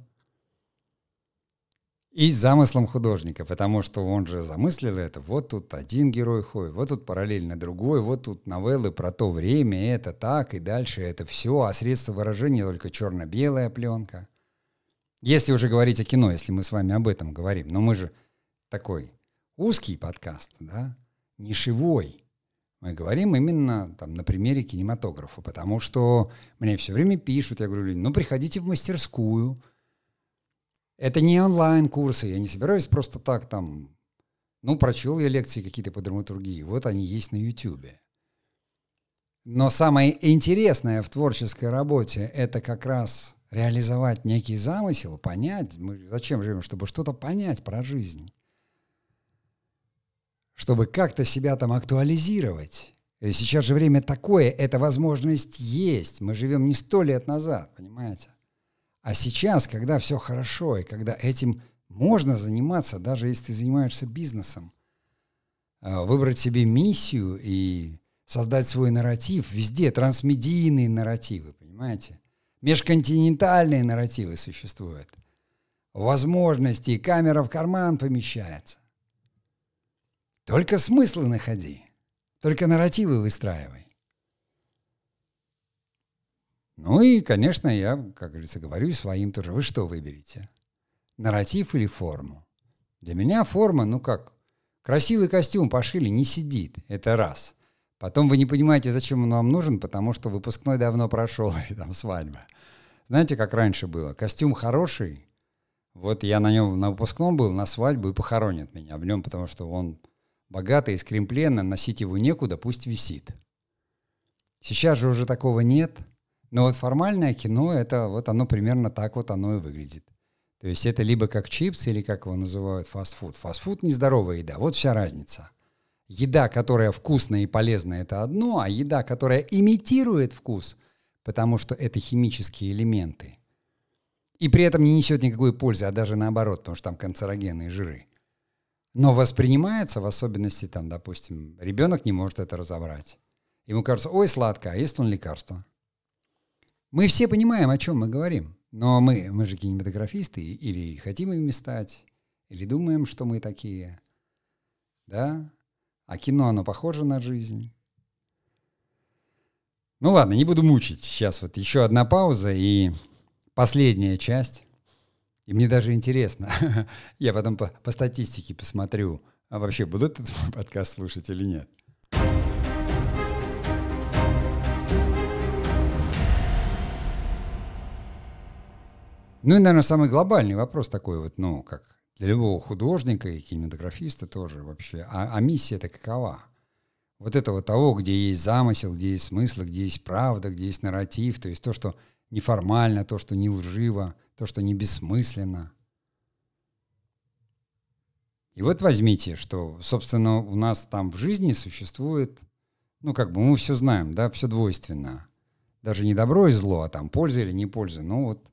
и замыслом художника, потому что он же замыслил это. Вот тут один герой ходит, вот тут параллельно другой, вот тут новеллы про то время, это так, и дальше это все, а средство выражения только черно-белая пленка. Если уже говорить о кино, если мы с вами об этом говорим, но мы же такой узкий подкаст, да, нишевой. Мы говорим именно там, на примере кинематографа, потому что мне все время пишут, я говорю, ну приходите в мастерскую. Это не онлайн-курсы, я не собираюсь просто так там, ну прочел я лекции какие-то по драматургии, вот они есть на Ютубе. Но самое интересное в творческой работе — это как раз реализовать некий замысел, понять, мы зачем живем, чтобы что-то понять про жизнь. Чтобы как-то себя там актуализировать. И сейчас же время такое, эта возможность есть. Мы живем не сто лет назад, понимаете? А сейчас, когда все хорошо, и когда этим можно заниматься, даже если ты занимаешься бизнесом, выбрать себе миссию и создать свой нарратив, везде трансмедийные нарративы, понимаете? Межконтинентальные нарративы существуют. Возможности, и камера в карман помещается. Только смыслы находи, только нарративы выстраивай. Ну и, конечно, я, как говорится, говорю своим тоже. Вы что выберете? Нарратив или форму? Для меня форма, ну как, красивый костюм пошили, не сидит. Это раз. Потом вы не понимаете, зачем он вам нужен, потому что выпускной давно прошел, и там свадьба. Знаете, как раньше было? Костюм хороший, вот я на нем на выпускном был, на свадьбу, и похоронят меня в нем, потому что он... богатый, из кремплена, носить его некуда, пусть висит. Сейчас же уже такого нет. Но вот формальное кино, это вот оно примерно так вот оно и выглядит. То есть это либо как чипсы, или как его называют, фастфуд. Фастфуд — нездоровая еда. Вот вся разница. Еда, которая вкусная и полезная, это одно, а еда, которая имитирует вкус, потому что это химические элементы, и при этом не несет никакой пользы, а даже наоборот, потому что там канцерогенные жиры. Но воспринимается, в особенности, там, допустим, ребенок не может это разобрать. Ему кажется, ой, сладко, а ест он лекарство. Мы все понимаем, о чем мы говорим. Но мы, мы же кинематографисты, или хотим ими стать, или думаем, что мы такие. Да? А кино, оно похоже на жизнь. Ну ладно, не буду мучить. Сейчас вот еще одна пауза и последняя часть. И мне даже интересно, я потом по, по статистике посмотрю, а вообще будут этот подкаст слушать или нет. Ну и, наверное, самый глобальный вопрос такой вот, ну, как для любого художника и кинематографиста тоже вообще. А, а миссия-то какова? Вот этого того, где есть замысел, где есть смысл, где есть правда, где есть нарратив, то есть то, что неформально, то, что не лживо, то, что не бессмысленно. И вот возьмите, что, собственно, у нас там в жизни существует, ну, как бы мы все знаем, да, все двойственно. Даже не добро и зло, а там польза или не польза. Ну вот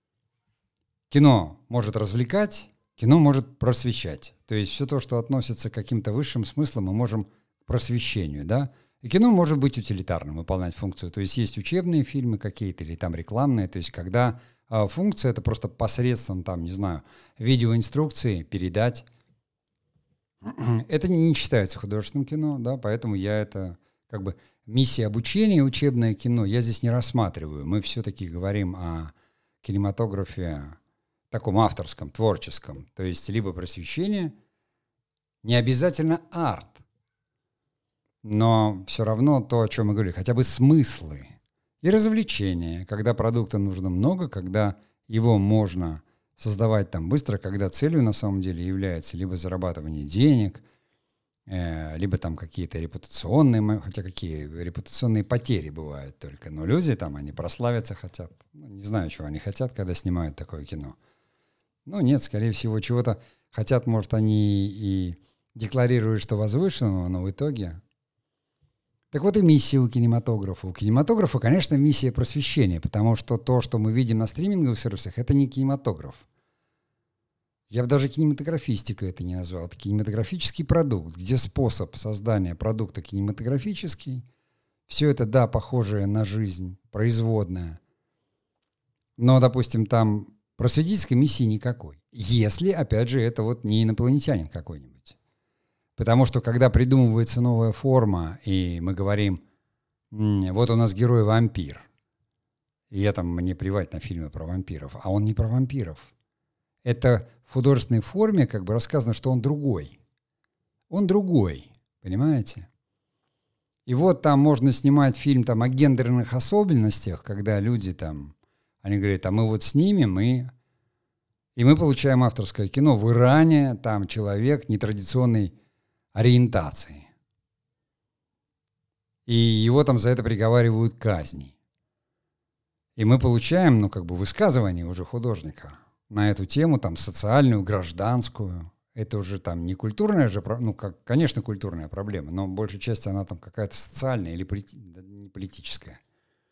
кино может развлекать, кино может просвещать. То есть все то, что относится к каким-то высшим смыслам, мы можем к просвещению, да. И кино может быть утилитарным, выполнять функцию. То есть есть учебные фильмы какие-то или там рекламные. То есть когда а, функция — это просто посредством, там, не знаю, видеоинструкции передать. Это не считается художественным кино, да, поэтому я это как бы миссия обучения, учебное кино я здесь не рассматриваю. Мы все-таки говорим о кинематографе таком авторском, творческом. То есть либо просвещение, не обязательно арт, но все равно то, о чем мы говорили, хотя бы смыслы и развлечения, когда продукта нужно много, когда его можно создавать там быстро, когда целью на самом деле является либо зарабатывание денег, э, либо там какие-то репутационные, хотя какие репутационные потери бывают только, но люди там, они прославиться хотят. Ну, не знаю, чего они хотят, когда снимают такое кино. Ну нет, скорее всего, чего-то хотят, может, они и декларируют, что возвышенного, но в итоге... Так вот и миссия у кинематографа. У кинематографа, конечно, миссия просвещения, потому что то, что мы видим на стриминговых сервисах, это не кинематограф. Я бы даже кинематографистикой это не назвал. Это кинематографический продукт, где способ создания продукта кинематографический. Все это, да, похожее на жизнь, производное. Но, допустим, там просветительской миссии никакой. Если, опять же, это вот не инопланетянин какой-нибудь. Потому что, когда придумывается новая форма, и мы говорим, вот у нас герой-вампир, и я там, мне плевать на фильмы про вампиров, а он не про вампиров. Это в художественной форме как бы рассказано, что он другой. Он другой, понимаете? И вот там можно снимать фильм там, о гендерных особенностях, когда люди там, они говорят, а мы вот снимем, и, и мы получаем авторское кино. В Иране там человек нетрадиционной ориентации. И его там за это приговаривают к казни. И мы получаем, ну, как бы высказывание уже художника на эту тему, там, социальную, гражданскую. Это уже там не культурная же, ну, как, конечно, культурная проблема, но большей части она там какая-то социальная или полити- не политическая.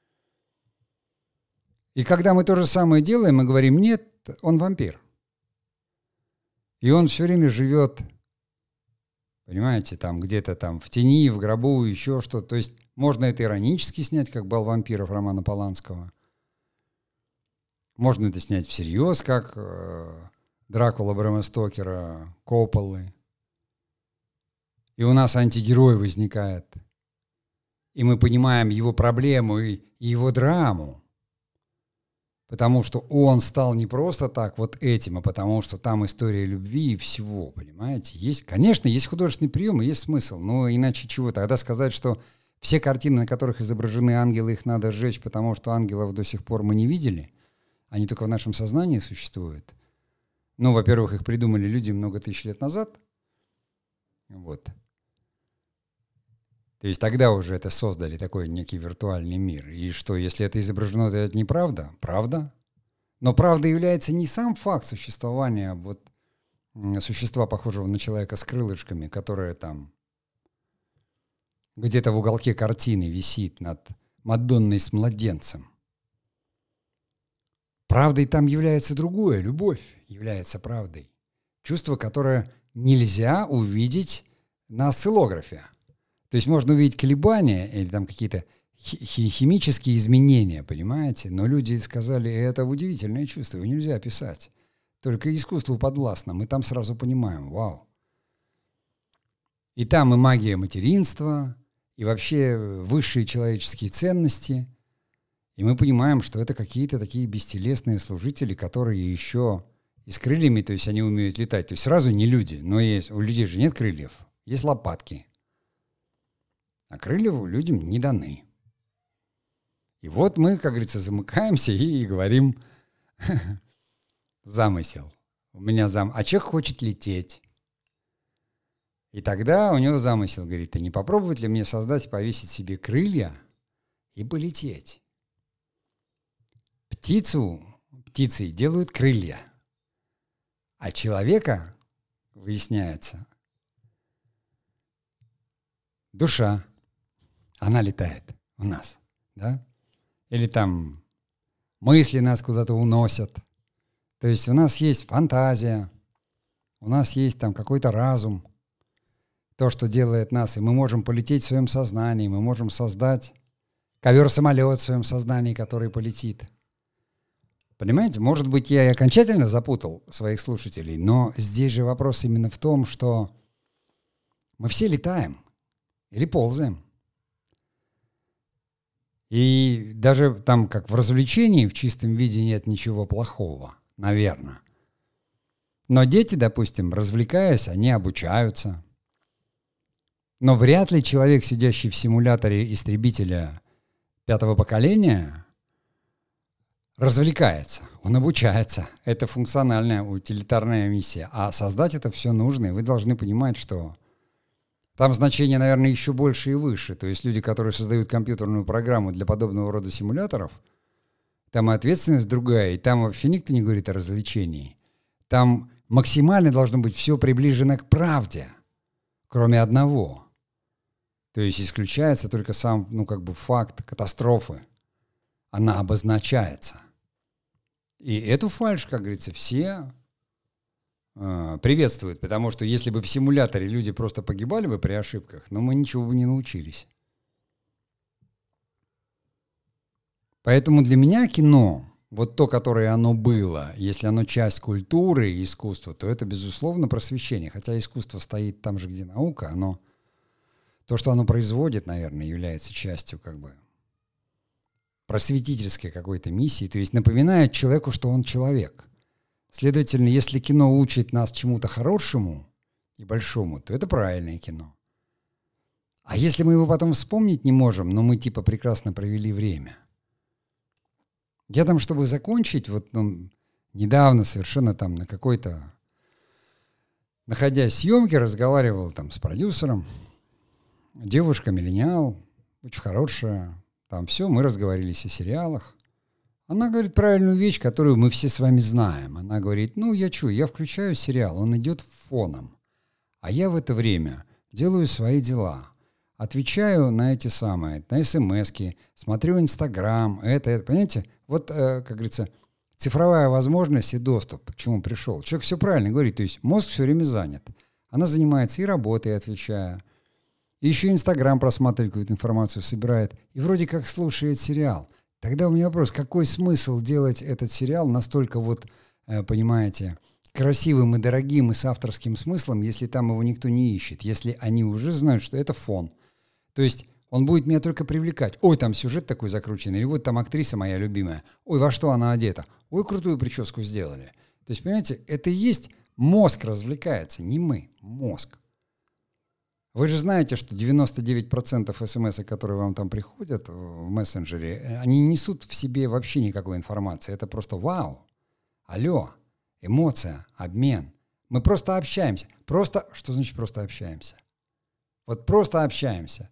И когда мы то же самое делаем, мы говорим, нет, он вампир. И он все время живет... Понимаете, там где-то там в тени, в гробу, еще что-то. То есть можно это иронически снять, как «Бал вампиров» Романа Поланского. Можно это снять всерьез, как э, «Дракула» Брэма Стокера, Копполы. И у нас антигерой возникает. И мы понимаем его проблему и, и его драму. Потому что он стал не просто так вот этим, а потому что там история любви и всего, понимаете? Есть, конечно, есть художественный прием, и есть смысл, но иначе чего? Тогда сказать, что все картины, на которых изображены ангелы, их надо сжечь, потому что ангелов до сих пор мы не видели, они только в нашем сознании существуют. Ну, во-первых, их придумали люди много тысяч лет назад. Вот. То есть тогда уже это создали, такой некий виртуальный мир. И что, если это изображено, то это неправда? Правда. Но правда является не сам факт существования вот существа, похожего на человека с крылышками, которое там где-то в уголке картины висит над Мадонной с младенцем. Правдой там является другое. Любовь является правдой. Чувство, которое нельзя увидеть на осциллографе. То есть можно увидеть колебания или там какие-то химические изменения, понимаете? Но люди сказали, это удивительное чувство, его нельзя описать. Только искусству подвластно. Мы там сразу понимаем, вау. И там и магия материнства, и вообще высшие человеческие ценности. И мы понимаем, что это какие-то такие бестелесные служители, которые еще и с крыльями, то есть они умеют летать. То есть сразу не люди, но есть, у людей же нет крыльев, есть лопатки. А крылья людям не даны. И вот мы, как говорится, замыкаемся и, и говорим замысел. У меня зам... А человек хочет лететь. И тогда у него замысел, говорит, а не попробовать ли мне создать, повесить себе крылья и полететь? Птицу, птицы делают крылья. А человека выясняется? Душа, она летает у нас, да? Или там мысли нас куда-то уносят. То есть у нас есть фантазия, у нас есть там какой-то разум, то, что делает нас, и мы можем полететь в своем сознании, мы можем создать ковер-самолет в своем сознании, который полетит. Понимаете, может быть, я и окончательно запутал своих слушателей, но здесь же вопрос именно в том, что мы все летаем или ползаем. И даже там, как в развлечении, в чистом виде нет ничего плохого, наверное. Но дети, допустим, развлекаясь, они обучаются. Но вряд ли человек, сидящий в симуляторе истребителя пятого поколения, развлекается, он обучается. Это функциональная, утилитарная миссия. А создать это все нужно, и вы должны понимать, что там значение, наверное, еще больше и выше. То есть люди, которые создают компьютерную программу для подобного рода симуляторов, там и ответственность другая, и там вообще никто не говорит о развлечении. Там максимально должно быть все приближено к правде, кроме одного. То есть исключается только сам, ну, как бы факт катастрофы. Она обозначается. И эту фальшь, как говорится, все э, приветствуют, потому что если бы в симуляторе люди просто погибали бы при ошибках, но мы ничего бы не научились. Поэтому для меня кино, вот то, которое оно было, если оно часть культуры и искусства, то это, безусловно, просвещение. Хотя искусство стоит там же, где наука, оно, то, что оно производит, наверное, является частью как бы просветительской какой-то миссии, то есть напоминает человеку, что он человек. Следовательно, если кино учит нас чему-то хорошему и большому, то это правильное кино. А если мы его потом вспомнить не можем, но мы типа прекрасно провели время. Я там, чтобы закончить, вот ну, недавно совершенно там на какой-то, находясь в съемке, разговаривал там с продюсером, девушка-миллениал, очень хорошая. Там все, мы разговорились о сериалах. Она говорит правильную вещь, которую мы все с вами знаем. Она говорит, ну я что, я включаю сериал, он идет фоном. А я в это время делаю свои дела. Отвечаю на эти самые, на смс-ки, смотрю Инстаграм, это, это. Понимаете? Вот, э, как говорится, цифровая возможность и доступ, к чему пришел. Человек все правильно говорит, то есть мозг все время занят. Она занимается и работой, отвечая. И еще Инстаграм просматривает какую-то информацию, собирает. И вроде как слушает сериал. Тогда у меня вопрос, какой смысл делать этот сериал настолько вот, э, понимаете, красивым и дорогим и с авторским смыслом, если там его никто не ищет, если они уже знают, что это фон. То есть он будет меня только привлекать. Ой, там сюжет такой закрученный, или вот там актриса моя любимая. Ой, во что она одета? Ой, крутую прическу сделали. То есть, понимаете, это и есть мозг развлекается, не мы, мозг. Вы же знаете, что девяносто девять процентов смс, которые вам там приходят в мессенджере, они не несут в себе вообще никакой информации. Это просто вау, алло, эмоция, обмен. Мы просто общаемся. Просто, что значит просто общаемся? Вот просто общаемся.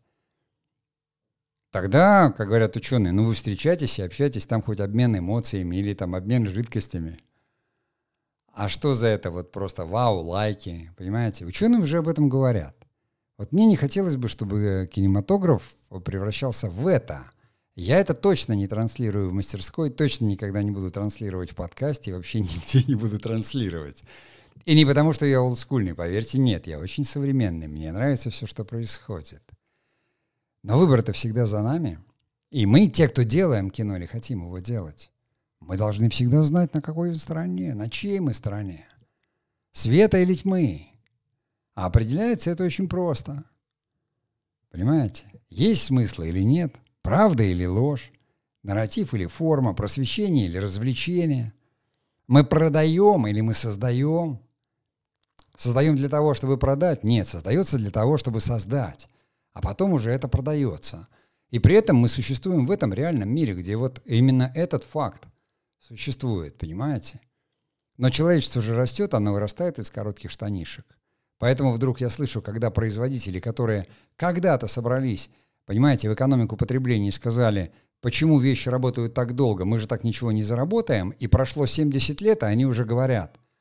Тогда, как говорят ученые, ну вы встречаетесь и общаетесь, там хоть обмен эмоциями или там обмен жидкостями. А что за это вот просто вау, лайки, понимаете? Ученые уже об этом говорят. Вот мне не хотелось бы, чтобы кинематограф превращался в это. Я это точно не транслирую в мастерской, точно никогда не буду транслировать в подкасте и вообще нигде не буду транслировать. И не потому, что я олдскульный, поверьте, нет, я очень современный, мне нравится все, что происходит. Но выбор-то всегда за нами. И мы, те, кто делаем кино или хотим его делать, мы должны всегда знать, на какой стороне, на чьей мы стороне. Света или тьмы. А определяется это очень просто. Понимаете? Есть смысл или нет, правда или ложь, нарратив или форма, просвещение или развлечение. Мы продаем или мы создаем. Создаем для того, чтобы продать? Нет, создается для того, чтобы создать. А потом уже это продается. И при этом мы существуем в этом реальном мире, где вот именно этот факт существует, понимаете? Но человечество же растет, оно вырастает из коротких штанишек. Поэтому вдруг я слышу, когда производители, которые когда-то собрались, понимаете, в экономику потребления и сказали, почему вещи работают так долго, мы же так ничего не заработаем, и прошло семьдесят лет, а они уже говорят,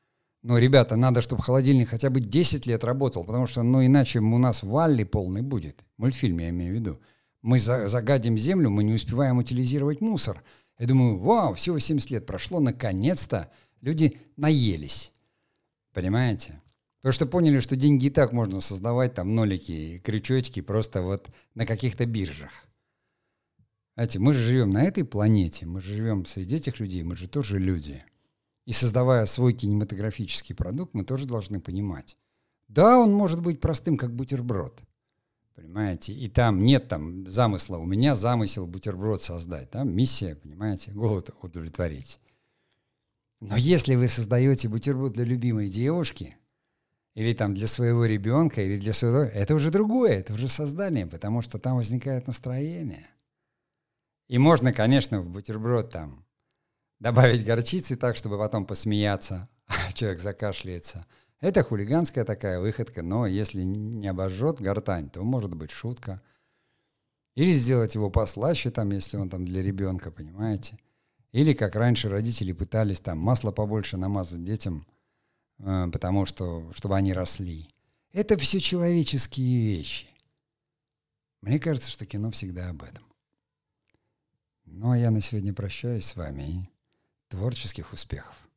Но, ребята, надо, чтобы холодильник хотя бы десять лет работал, потому что, ну, иначе у нас Валли полный будет. Мультфильм я имею в виду. Мы за- загадим землю, мы не успеваем утилизировать мусор. Я думаю, вау, всего семьдесят лет прошло, наконец-то люди наелись. Понимаете? Потому что поняли, что деньги и так можно создавать, там, нолики и крючочки просто вот на каких-то биржах. Знаете, мы же живем на этой планете, мы же живем среди этих людей, мы же тоже люди. И создавая свой кинематографический продукт, мы тоже должны понимать. Да, он может быть простым, как бутерброд. Понимаете? И там нет там замысла. У меня замысел бутерброд создать. Там миссия, понимаете, голод удовлетворить. Но если вы создаете бутерброд для любимой девушки, или там для своего ребенка, или для своего... Это уже другое, это уже создание, потому что там возникает настроение. И можно, конечно, в бутерброд там добавить горчицы так, чтобы потом посмеяться, а человек закашляется. Это хулиганская такая выходка, но если не обожжет гортань, то может быть шутка. Или сделать его послаще, там, если он там для ребенка, понимаете. Или, как раньше родители пытались там масло побольше намазать детям, э, потому что, чтобы они росли. Это все человеческие вещи. Мне кажется, что кино всегда об этом. Ну, а я на сегодня прощаюсь с вами и творческих успехов.